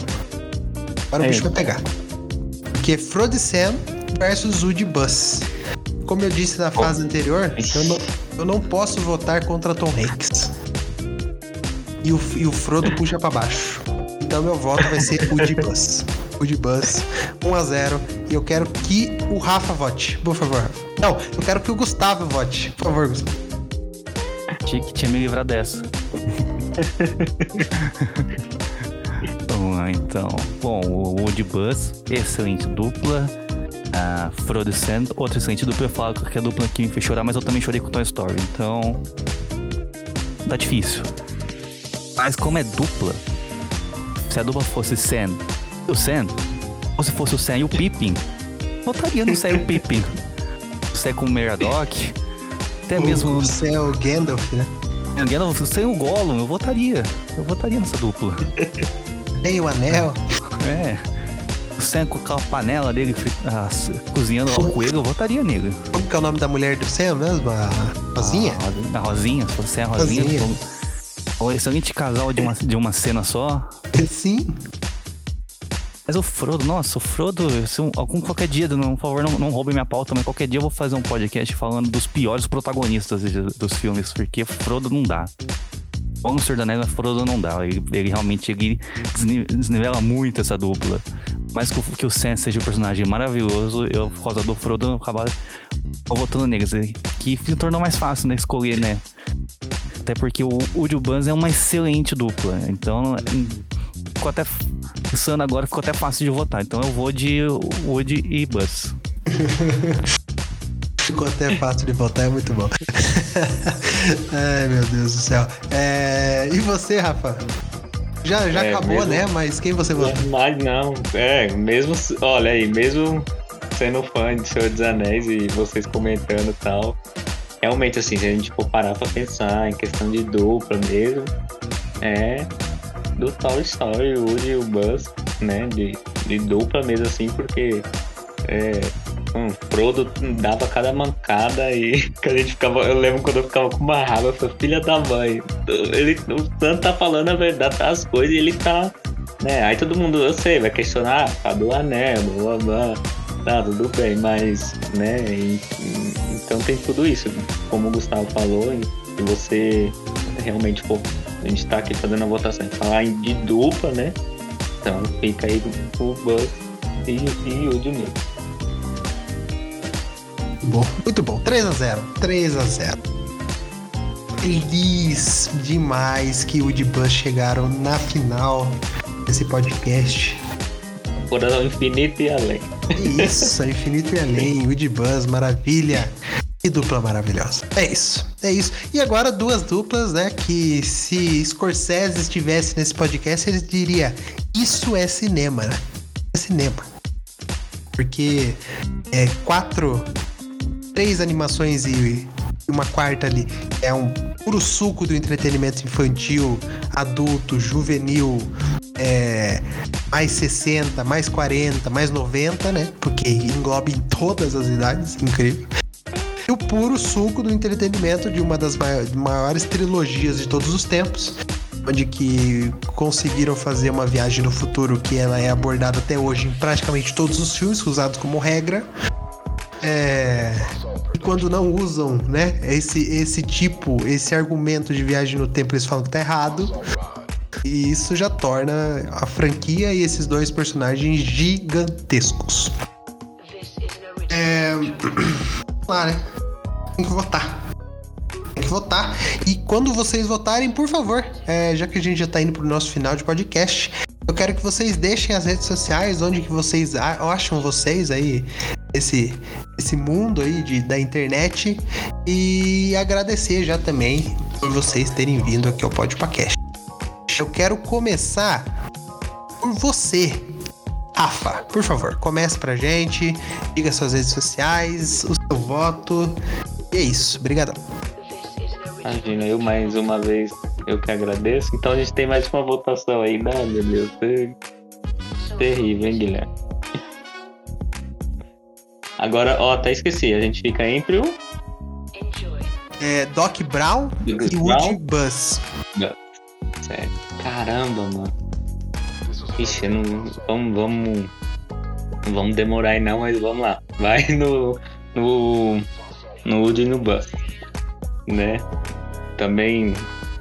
Porque Frodo e Sam versus Woody e Buzz. Como eu disse na fase anterior, eu não posso votar contra Tom Hanks. E o Frodo puxa pra baixo. Então meu voto vai ser Woody e Buzz. Woody e Buzz, 1-0. E eu quero que o Rafa vote, por favor. Não, eu quero que o Gustavo vote. Por favor, Gustavo. Achei que tinha me livrado dessa. Vamos lá, então. Bom, o Woody e Buzz, excelente dupla. Frodo e Sam, outra excelente dupla. Eu falo que é a dupla que me fez chorar, mas eu também chorei com Toy Story. Então, tá difícil. Mas como é dupla, se a dupla fosse Sam e o Sam, ou se fosse o Sam e o Pippin, votaria no Sam e o Pippin. O Sam com o Meradoc, até mesmo... O Sam é o Gandalf, né? O Gandalf, o Sam e o Gollum, eu votaria nessa dupla. Tem o anel. O Sam com aquela panela dele cozinhando o coelho, eu votaria nele. Como que é o nome da mulher do Sam mesmo? A Rosinha? A Rosinha, se fosse a Rosinha. Um excelente casal de uma cena só. Sim. Mas o Frodo, qualquer dia, por favor, não roube minha pauta, mas qualquer dia eu vou fazer um podcast falando dos piores protagonistas dos filmes, porque Frodo não dá. O Senhor da Neve, Frodo não dá. Ele realmente desnivela muito essa dupla. Mas que o Sam seja um personagem maravilhoso, eu, por causa do Frodo, eu acabo votando neles. Que se tornou mais fácil, né, escolher, né? Até porque o Woody e o Buzz é uma excelente dupla. Então, ficou até pensando agora, ficou até fácil de votar. Então eu vou de Woody e Buzz. Ficou até fácil de votar, é muito bom. Ai, meu Deus do céu. E você, Rafa? Já acabou, mesmo, né? Mas quem você votou? Mas não, mesmo, olha aí, mesmo sendo fã de Senhor dos Anéis e vocês comentando e tal, realmente, assim, se a gente for parar pra pensar em questão de dupla mesmo, do Toy Story, o Woody e o Buzz, né, de dupla mesmo, assim, porque Frodo dava cada mancada e eu lembro quando eu ficava com uma raiva, eu falei, filha da mãe, o Sam tá falando a verdade das coisas e ele tá, né, aí todo mundo, eu sei, vai questionar, do anel, blá blá, tá, tudo bem, mas, né, então tem tudo isso, como o Gustavo falou, se você realmente for, a gente tá aqui fazendo a votação, falar de dupla, né, então fica aí com o Buzz e o Woody mesmo. Muito bom. 3-0. Feliz demais que o Woody e Buzz chegaram na final desse podcast. Por ao infinito e além. Isso, infinito e além. Woody e Buzz, maravilha. Que dupla maravilhosa. É isso. E agora duas duplas, né? Que se Scorsese estivesse nesse podcast, ele diria: isso é cinema, né? É cinema. Porque 3 animações e uma quarta ali é um puro suco do entretenimento infantil, adulto, juvenil, mais 60, mais 40, mais 90, né? Porque engloba em todas as idades, incrível. E o puro suco do entretenimento de uma das maiores trilogias de todos os tempos, onde que conseguiram fazer uma viagem no futuro que ela é abordada até hoje em praticamente todos os filmes, usados como regra. quando não usam, né, esse argumento de viagem no tempo, eles falam que tá errado. E isso já torna a franquia e esses dois personagens gigantescos. Vamos lá, né? Tem que votar. E quando vocês votarem, por favor, já que a gente já tá indo pro nosso final de podcast, eu quero que vocês deixem as redes sociais, onde que vocês acham vocês aí, esse mundo aí da internet, e agradecer já também por vocês terem vindo aqui ao podcast. Eu quero começar por você, Rafa. Por favor, comece pra gente, diga suas redes sociais, o seu voto, e é isso. Obrigadão. Imagina, eu mais uma vez, eu que agradeço. Então a gente tem mais uma votação aí, né? Meu Deus, terrível, hein, Guilherme? Agora, até esqueci, a gente fica entre o... Doc Brown e Woody Buzz. Sério. Caramba, mano. Ixi, não vamos demorar aí não, mas vamos lá. Vai no Woody e no Buzz, né? Também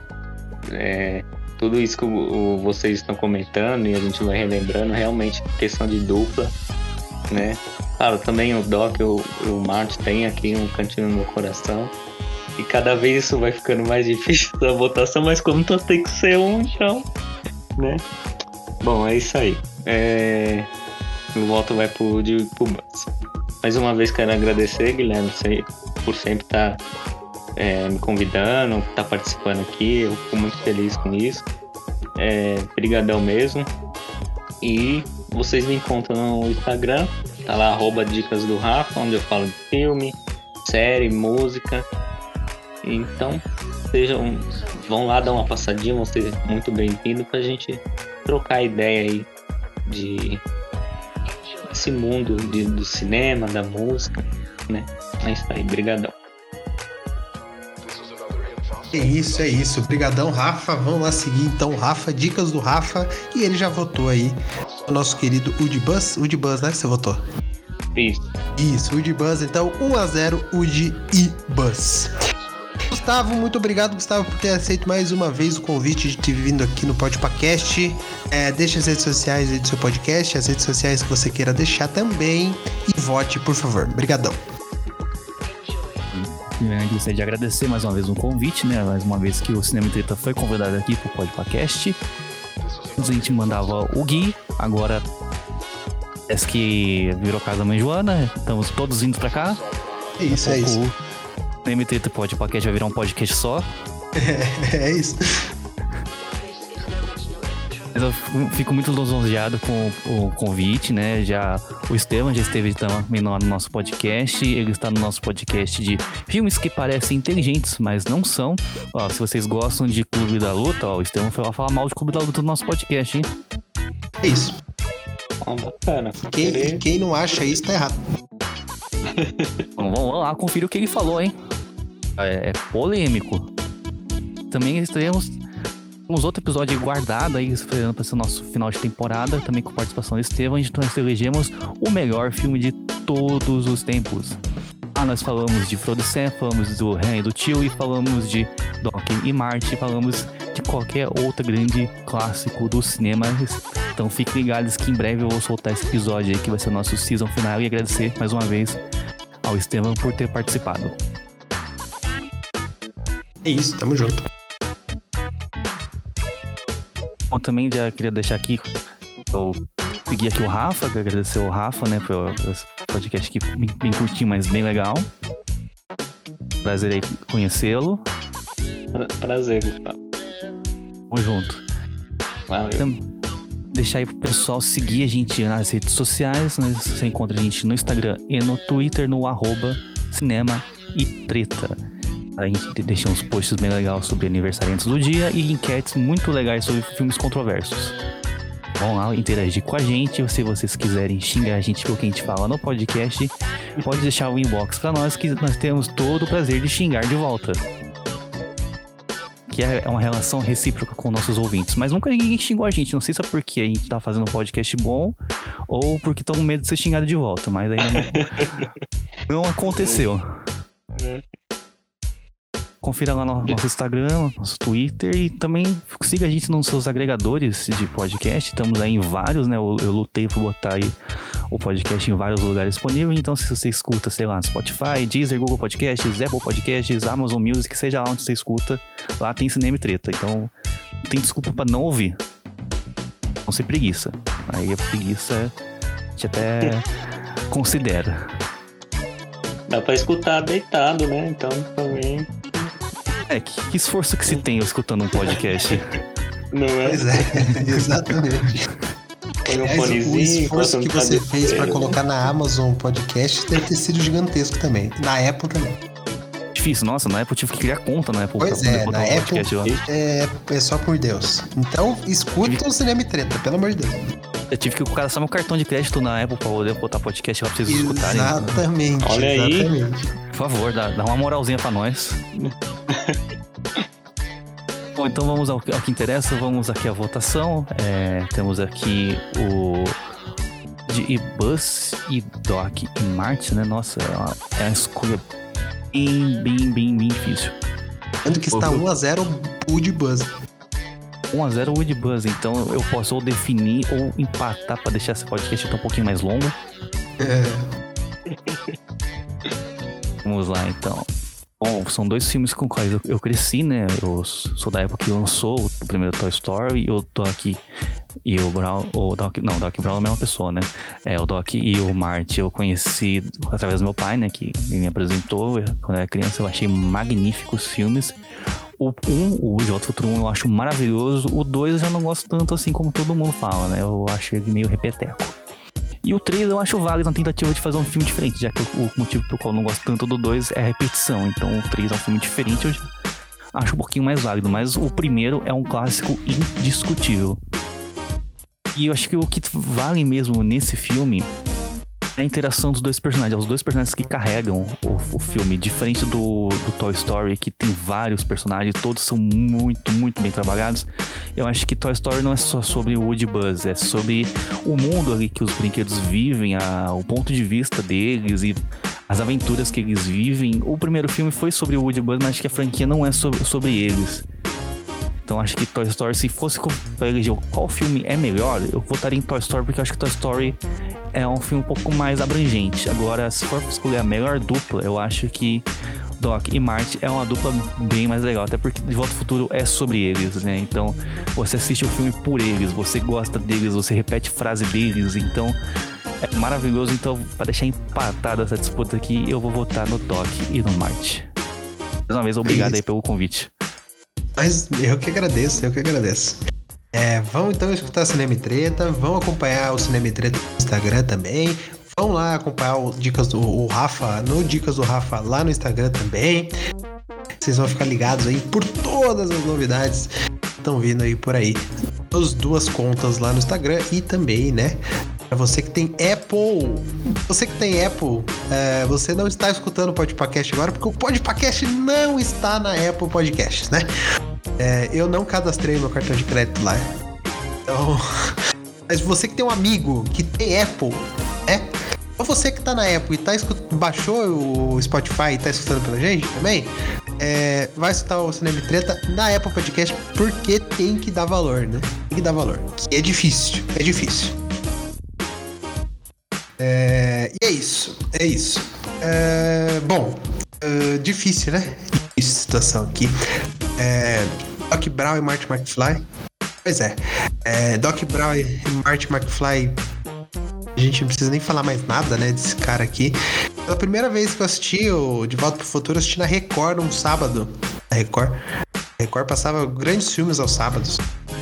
tudo isso que vocês estão comentando e a gente vai relembrando, realmente questão de dupla, né? Claro, também o Doc e o Marty tem aqui um cantinho no meu coração. E cada vez isso vai ficando mais difícil da votação, mas como só tem que ser um, então, né? Bom, é isso aí. Meu voto vai pro Woody e pro Buzz. Mais uma vez quero agradecer, Guilherme, por sempre estar me convidando, estar participando aqui. Eu fico muito feliz com isso. Brigadão mesmo. E vocês me encontram no Instagram, tá lá, @dicas do Rafa, onde eu falo de filme, série, música. Então, vão lá dar uma passadinha, vão ser muito bem-vindos pra gente trocar ideia aí desse mundo do cinema, da música, né? É isso aí, brigadão. É isso. Brigadão, Rafa. Vamos lá seguir então o Rafa, dicas do Rafa. E ele já votou aí o nosso querido Woody Buzz. Woody Buzz, né? Que você votou? Isso, Woody Buzz. Então, 1-0, Woody e Buzz. Gustavo, muito obrigado, Gustavo, por ter aceito mais uma vez o convite de ter vindo aqui no Podcast. Deixe as redes sociais aí do seu podcast, as redes sociais que você queira deixar também, e vote, por favor. Obrigadão. Primeiramente, gostaria de agradecer mais uma vez o convite, né? Mais uma vez que o Cinema e Treta foi convidado aqui pro Podcast. Antes a gente mandava o Gui, agora parece que virou casa da mãe Joana, estamos todos indo pra cá. É isso. O Cinema e Treta Podcast vai virar um podcast só. É isso. Mas eu fico muito lisonjeado com o convite, né? O Estevam já esteve também no nosso podcast. Ele está no nosso podcast de filmes que parecem inteligentes, mas não são. Se vocês gostam de Clube da Luta, o Estevam foi lá falar mal de Clube da Luta no nosso podcast, hein? É isso. Bacana. Quem não acha isso tá errado. Vamos lá, confira o que ele falou, hein? É polêmico. Também teremos uns outros episódios guardados aí, esperando para ser o nosso final de temporada, também com participação do Estevam. Então nós elegemos o melhor filme de todos os tempos. Nós falamos de Frodo Sam, falamos do Ren e do Tio, e falamos de Doc e Marty, falamos de qualquer outro grande clássico do cinema. Então fiquem ligados que em breve eu vou soltar esse episódio aí, que vai ser o nosso season final, e agradecer mais uma vez ao Estevam por ter participado. É isso, tamo junto. Bom, também já queria deixar aqui, eu segui aqui o Rafa, agradecer o Rafa, né, pelo podcast aqui bem curtinho, mas bem legal. Prazer aí conhecê-lo. Prazer, Gustavo. Tamo junto. Valeu. Então, deixar aí pro pessoal seguir a gente nas redes sociais, né? Você encontra a gente no Instagram e no Twitter, no @cinema e treta. A gente deixa uns posts bem legais sobre aniversariantes do dia e enquetes muito legais sobre filmes controversos. Vão lá interagir com a gente. Se vocês quiserem xingar a gente pelo que a gente fala no podcast, pode deixar o inbox pra nós, que nós temos todo o prazer de xingar de volta. Que é uma relação recíproca com nossos ouvintes. Mas nunca ninguém xingou a gente. Não sei se é porque a gente tá fazendo um podcast bom ou porque estão com medo de ser xingado de volta. Mas ainda não aconteceu. confira lá no nosso Instagram, nosso Twitter e também siga a gente nos seus agregadores de podcast. Estamos aí em vários, né? Eu lutei por botar aí o podcast em vários lugares disponíveis. Então, se você escuta, sei lá, no Spotify, Deezer, Google Podcasts, Apple Podcasts, Amazon Music, seja lá onde você escuta, lá tem Cinema e Treta. Então, não tem desculpa pra não ouvir. Não se preguiça. Aí a preguiça a gente até considera. Dá pra escutar deitado, né? Então, também... Que esforço que se tem escutando um podcast. Não é? Pois é, exatamente. O esforço que você fez pra colocar na Amazon Podcast deve ter sido gigantesco também. Na Apple também. Difícil, nossa, na Apple eu tive que criar conta na Apple. Pois é, na Apple é só por Deus. Então, escuta o Cinema e Treta, pelo amor de Deus. Eu tive que colocar só meu cartão de crédito na Apple pra poder botar podcast lá pra vocês escutarem. Exatamente. Olha aí. Por favor, dá uma moralzinha pra nós. Bom, então vamos ao que interessa. Vamos aqui à votação. Temos aqui o de Buzz e Doc e Marty, né? Nossa, é uma escolha bem difícil. Sendo que está 1-0 o de Buzz. 1-0 o Woody Buzz, então eu posso ou definir ou empatar pra deixar esse podcast um pouquinho mais longo. Vamos lá, então. Bom, são dois filmes com quais eu cresci, né? Eu sou da época que lançou o primeiro Toy Story e o Doc e o Brown... Doc e Brown é a mesma pessoa, né? O Doc e o Marty eu conheci através do meu pai, né? Que me apresentou. Quando eu era criança eu achei magníficos filmes. O De Volta ao Futuro 1 eu acho maravilhoso. O 2 eu já não gosto tanto assim como todo mundo fala, né? Eu acho ele meio repeteco. E o 3 eu acho válido na tentativa de fazer um filme diferente, já que o motivo pelo qual eu não gosto tanto do 2 é a repetição. Então o 3 é um filme diferente, eu acho um pouquinho mais válido. Mas o primeiro é um clássico indiscutível. E eu acho que o que vale mesmo nesse filme é a interação dos dois personagens. Os dois personagens que carregam o filme, diferente do Toy Story, que tem vários personagens, todos são muito bem trabalhados. Eu acho que Toy Story não é só sobre o Woody e Buzz, é sobre o mundo ali que os brinquedos vivem, o ponto de vista deles e as aventuras que eles vivem. O primeiro filme foi sobre o Woody e Buzz, mas acho que a franquia não é sobre eles. Então acho que Toy Story, se fosse pra eleger qual filme é melhor, eu votaria em Toy Story, porque eu acho que Toy Story é um filme um pouco mais abrangente. Agora, se for escolher a melhor dupla, eu acho que Doc e Marty é uma dupla bem mais legal, até porque De Volta ao Futuro é sobre eles, né? Então você assiste o filme por eles, você gosta deles, você repete frase deles, então é maravilhoso. Então, para deixar empatada essa disputa aqui, eu vou votar no Doc e no Marty. Mais uma vez, obrigado aí pelo convite. Mas eu que agradeço. Vamos então escutar Cinema e Treta, vão acompanhar o Cinema e Treta no Instagram também, vão lá acompanhar o Rafa, no Dicas do Rafa lá no Instagram também. Vocês vão ficar ligados aí por todas as novidades que estão vindo aí por aí. As duas contas lá no Instagram e também, né? Pra você que tem Apple, você não está escutando o Podpacast agora, porque o Podpacast não está na Apple Podcasts, né? Eu não cadastrei meu cartão de crédito lá. Então, mas você que tem um amigo que tem Apple, né? Ou você que tá na Apple e baixou o Spotify e tá escutando pela gente também, vai escutar o Cinema e Treta na Apple Podcast, porque tem que dar valor, né? Tem que dar valor. Que é difícil. E é isso. Bom, difícil, né? Difícil situação aqui. Doc Brown e Marty McFly. Pois é. Doc Brown e Marty McFly. A gente não precisa nem falar mais nada, né? Desse cara aqui. Pela primeira vez que eu assisti o De Volta pro Futuro, eu assisti na Record um sábado. A Record passava grandes filmes aos sábados.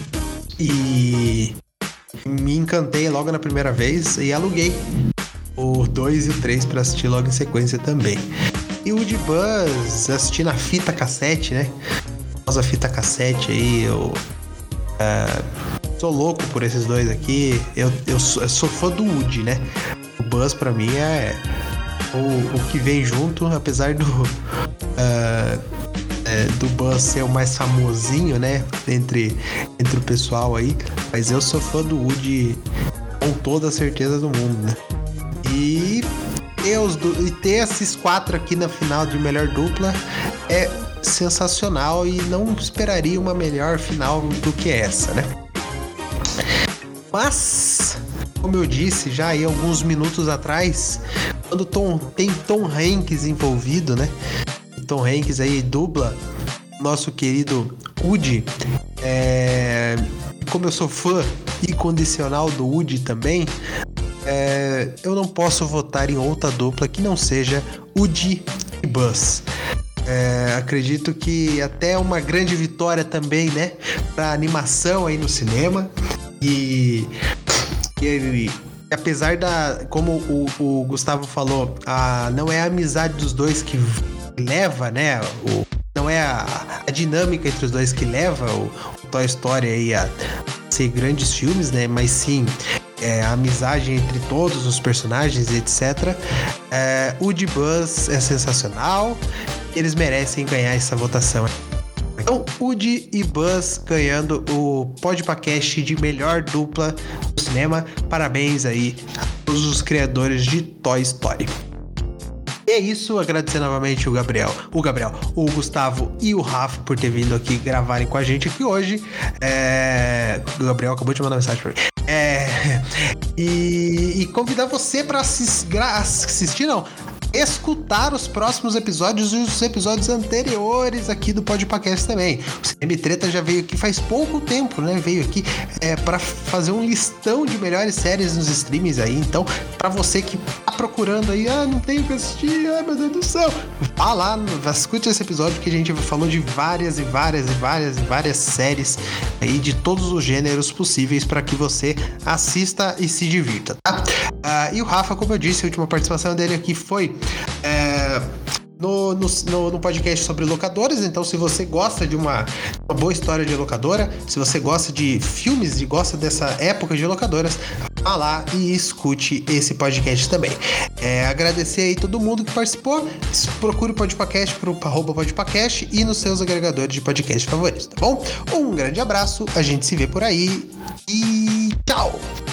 E me encantei logo na primeira vez e aluguei o 2 e o 3 pra assistir logo em sequência também. E o de Buzz assisti na fita cassete, né? A fita cassete aí, eu sou louco por esses dois aqui. Eu sou fã do Woody, né? O Buzz pra mim é o que vem junto, apesar do Buzz ser o mais famosinho, né? Entre o pessoal aí. Mas eu sou fã do Woody com toda a certeza do mundo, né? E ter esses 4 aqui na final de melhor dupla é sensacional e não esperaria uma melhor final do que essa, né? Mas, como eu disse já aí alguns minutos atrás, quando tem Tom Hanks envolvido, né? Tom Hanks aí dubla nosso querido Woody. Como eu sou fã incondicional do Woody também, eu não posso votar em outra dupla que não seja Woody e Buzz. Acredito que até uma grande vitória também, né, pra animação aí no cinema. E apesar como o Gustavo falou, não é a amizade dos dois que leva, né, não é a dinâmica entre os dois que leva o Toy Story aí a ser grandes filmes, né, mas sim a amizade entre todos os personagens, etc. Woody e Buzz é sensacional, eles merecem ganhar essa votação. Então, Woody e Buzz ganhando o podcast de melhor dupla do cinema. Parabéns aí a todos os criadores de Toy Story. E é isso, agradecer novamente o Gustavo e o Rafa por ter vindo aqui gravarem com a gente aqui hoje. O Gabriel acabou de mandar mensagem pra mim. E convidar você para assistir, não, escutar os próximos episódios e os episódios anteriores aqui do Podpacast também. O Cinema e Treta já veio aqui faz pouco tempo, né? Veio aqui para fazer um listão de melhores séries nos streamings aí. Então, para você que tá procurando aí, não tenho que assistir, meu Deus do céu, vá lá, escute esse episódio que a gente falou de várias séries aí de todos os gêneros possíveis para que você assista e se divirta, tá? E o Rafa, como eu disse, a última participação dele aqui foi no podcast sobre locadoras. Então, se você gosta de uma boa história de locadora, se você gosta de filmes e gosta dessa época de locadoras, vá lá e escute esse podcast também. Agradecer aí todo mundo que participou. Procure o Podpacast pro @Podpacast e nos seus agregadores de podcast favoritos, tá bom? Um grande abraço, a gente se vê por aí e tchau!